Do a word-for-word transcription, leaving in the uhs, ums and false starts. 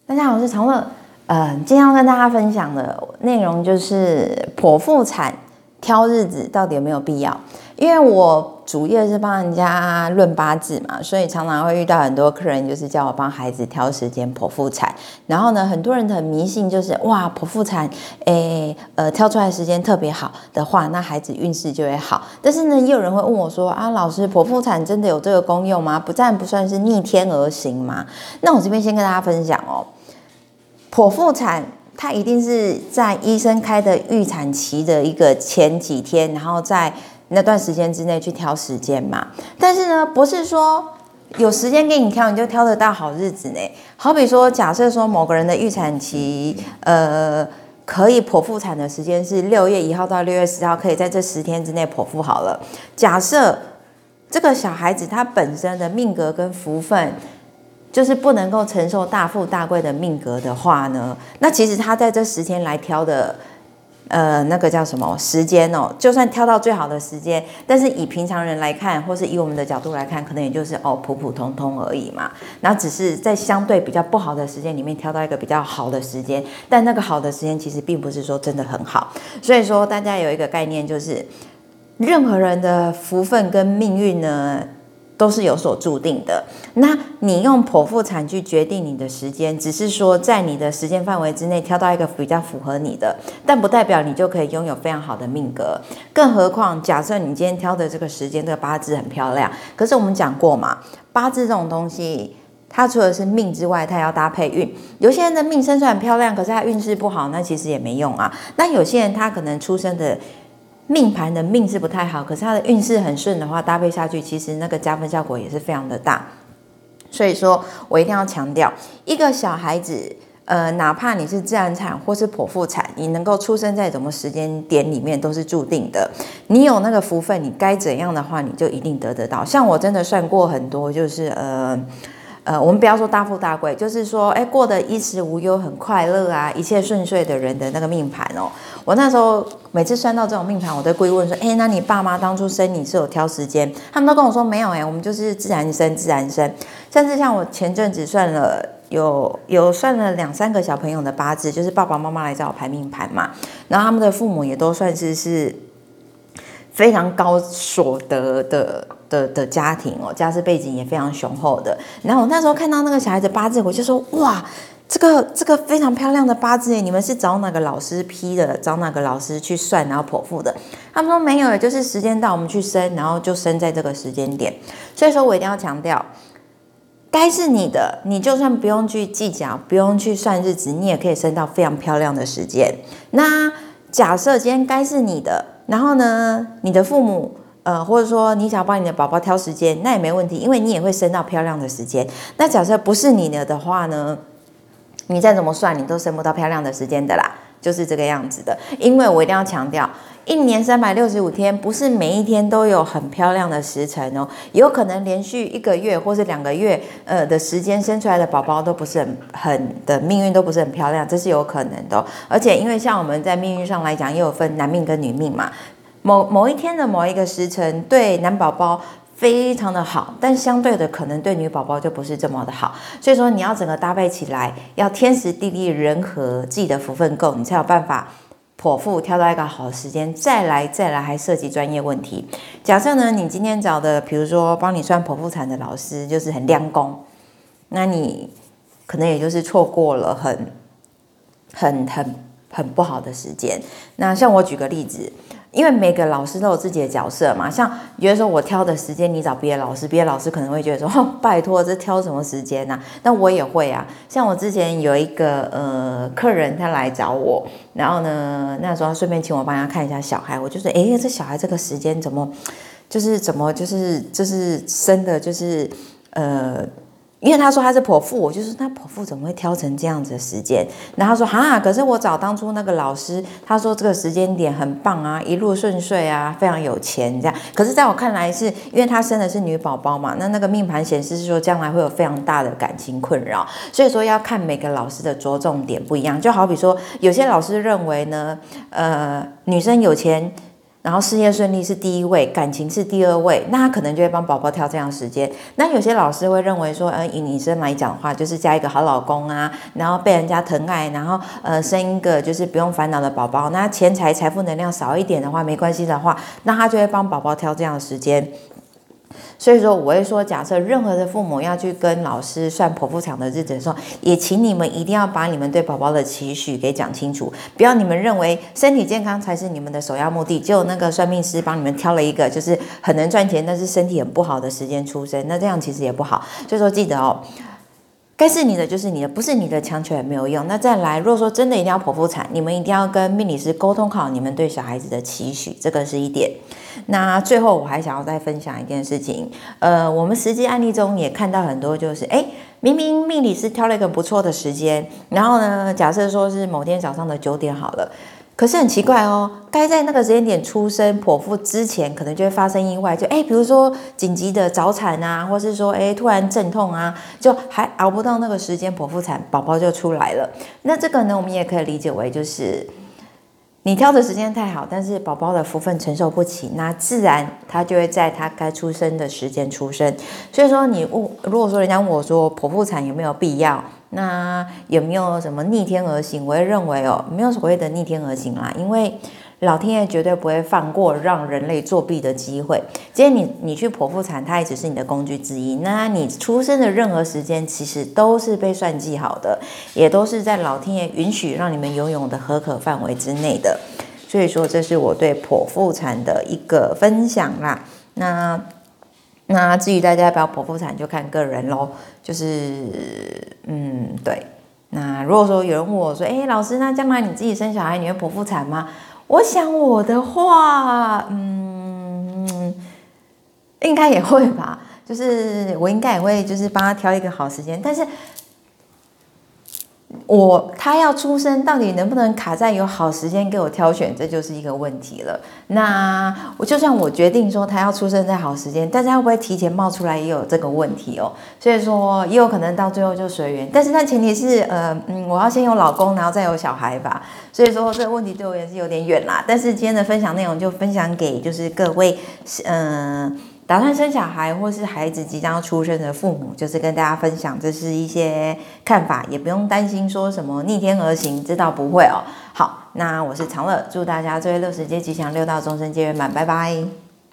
大家好，我是常乐。呃，今天要跟大家分享的内容就是剖腹产挑日子到底有没有必要？因为我主业是帮人家论八字嘛，所以常常会遇到很多客人，就是叫我帮孩子挑时间剖腹产。然后呢，很多人很迷信，就是哇，剖腹产，诶，呃，挑出来的时间特别好的话，那孩子运势就会好。但是呢，也有人会问我说啊，老师，剖腹产真的有这个功用吗？不但不算是逆天而行吗？那我这边先跟大家分享哦。剖腹产，它一定是在医生开的预产期的一个前几天，然后在那段时间之内去挑时间嘛。但是呢，不是说有时间给你挑，你就挑得到好日子呢。好比说，假设说某个人的预产期，呃，可以剖腹产的时间是六月一号到六月十号，可以在这十天之内剖腹好了。假设这个小孩子他本身的命格跟福分，就是不能够承受大富大贵的命格的话呢，那其实他在这十天来挑的，呃，那个叫什么时间哦，就算挑到最好的时间，但是以平常人来看，或是以我们的角度来看，可能也就是哦普普通通而已嘛。然后只是在相对比较不好的时间里面挑到一个比较好的时间，但那个好的时间其实并不是说真的很好。所以说大家有一个概念，就是任何人的福分跟命运呢，都是有所注定的。那你用剖腹产去决定你的时间，只是说在你的时间范围之内挑到一个比较符合你的，但不代表你就可以拥有非常好的命格。更何况，假设你今天挑的这个时间，这个八字很漂亮，可是我们讲过嘛，八字这种东西，它除了是命之外，它也要搭配运。有些人的命生出来很漂亮，可是他运势不好，那其实也没用啊。那有些人他可能出生的命盘的命是不太好，可是他的运势很顺的话，搭配下去，其实那个加分效果也是非常的大。所以说我一定要强调，一个小孩子，呃，哪怕你是自然产或是剖腹产，你能够出生在什么时间点里面都是注定的。你有那个福分，你该怎样的话，你就一定得得到。像我真的算过很多，就是呃。呃，我们不要说大富大贵，就是说，哎，过得衣食无忧，很快乐啊，一切顺遂的人的那个命盘哦。我那时候每次算到这种命盘，我都故意问说，哎，那你爸妈当初生你是有挑时间？他们都跟我说没有，哎，我们就是自然生，自然生。甚至像我前阵子算了，有有算了两三个小朋友的八字，就是爸爸妈妈来找我排命盘嘛，然后他们的父母也都算是是非常高所得的。的, 的家庭哦，家世背景也非常雄厚的。然后我那时候看到那个小孩子八字，我就说哇，这个这个非常漂亮的八字耶，你们是找哪个老师批的？找哪个老师去算然后剖腹的？他们说没有，就是时间到我们去生，然后就生在这个时间点。所以说我一定要强调，该是你的，你就算不用去计较，不用去算日子，你也可以生到非常漂亮的时间。那假设今天该是你的，然后呢，你的父母。呃，或者说你想帮你的宝宝挑时间，那也没问题，因为你也会生到漂亮的时间。那假设不是你的的话呢，你再怎么算，你都生不到漂亮的时间的啦，就是这个样子的。因为我一定要强调，一年三百六十五天，不是每一天都有很漂亮的时辰哦，有可能连续一个月或是两个月呃的时间生出来的宝宝都不是很很的命运都不是很漂亮，这是有可能的哦。而且因为像我们在命运上来讲，也有分男命跟女命嘛。某某一天的某一个时辰对男宝宝非常的好，但相对的可能对女宝宝就不是这么的好，所以说你要整个搭配起来，要天时地利人和，自己的福分够，你才有办法剖腹挑到一个好的时间。再来再来还涉及专业问题。假设呢，你今天找的比如说帮你算剖腹产的老师就是很亮功，那你可能也就是错过了很很很很不好的时间。那像我举个例子。因为每个老师都有自己的角色嘛，像有的时候我挑的时间，你找别的老师，别的老师可能会觉得说，哦、拜托，这挑什么时间啊？那我也会啊。像我之前有一个呃客人，他来找我，然后呢，那时候顺便请我帮他看一下小孩，我就说，哎，这小孩这个时间怎么，就是怎么就是就是生的，就是呃。因为他说他是剖腹，我就说那剖腹怎么会挑成这样子的时间？然后他说哈，可是我找当初那个老师，他说这个时间点很棒啊，一路顺遂啊，非常有钱这样。可是在我看来是，因为他生的是女宝宝嘛，那那个命盘显示是说将来会有非常大的感情困扰，所以说要看每个老师的着重点不一样。就好比说，有些老师认为呢，呃，女生有钱。 然后事业顺利是第一位，感情是第二位，那他可能就会帮宝宝挑这样的时间。那有些老师会认为说，呃，以女生来讲的话，就是嫁一个好老公啊，然后被人家疼爱，然后呃生一个就是不用烦恼的宝宝。那钱财财富能量少一点的话，没关系的话，那他就会帮宝宝挑这样的时间。所以说，我会说，假设任何的父母要去跟老师算剖腹产的日子的时候，也请你们一定要把你们对宝宝的期许给讲清楚，不要你们认为身体健康才是你们的首要目的，只有那个算命师帮你们挑了一个就是很能赚钱，但是身体很不好的时间出生，那这样其实也不好。所以说，记得哦。该是你的就是你的，不是你的强求也没有用。那再来，如果说真的一定要剖腹产，你们一定要跟命理师沟通好你们对小孩子的期许，这个是一点。那最后我还想要再分享一件事情，呃，我们实际案例中也看到很多，就是哎，明明命理师挑了一个不错的时间，然后呢，假设说是某天早上的九点好了。可是很奇怪哦，该在那个时间点出生剖腹之前，可能就会发生意外，就哎，比如说紧急的早产啊，或是说哎突然阵痛啊，就还熬不到那个时间剖腹产，宝宝就出来了。那这个呢，我们也可以理解为就是你挑的时间太好，但是宝宝的福分承受不起，那自然他就会在他该出生的时间出生。所以说你问，如果说人家问我说剖腹产有没有必要？那有没有什么逆天而行？我会认为哦，没有所谓的逆天而行啦，因为老天爷绝对不会放过让人类作弊的机会。今天你你去剖腹产，它也只是你的工具之一。那你出生的任何时间，其实都是被算计好的，也都是在老天爷允许让你们游泳的合可范围之内的。所以说，这是我对剖腹产的一个分享啦。那。那至于大家要不要剖腹产，就看个人咯。就是，嗯，对。那如果说有人问我说，哎，老师，那将来你自己生小孩，你会剖腹产吗？我想我的话，嗯，应该也会吧。就是我应该也会，就是帮他挑一个好时间，但是。我他要出生，到底能不能卡在有好时间给我挑选，这就是一个问题了。那我就算我决定说他要出生在好时间，但是他会不会提前冒出来，也有这个问题哦。所以说也有可能到最后就随缘，但是那前提是呃嗯，我要先有老公，然后再有小孩吧。所以说这个问题对我也是有点远啦。但是今天的分享内容就分享给就是各位嗯。呃打算生小孩或是孩子即将要出生的父母，就是跟大家分享，这是一些看法，也不用担心说什么逆天而行，这倒不会哦。好，那我是长乐，祝大家这位六十皆吉祥，六道众生皆圆满，拜拜。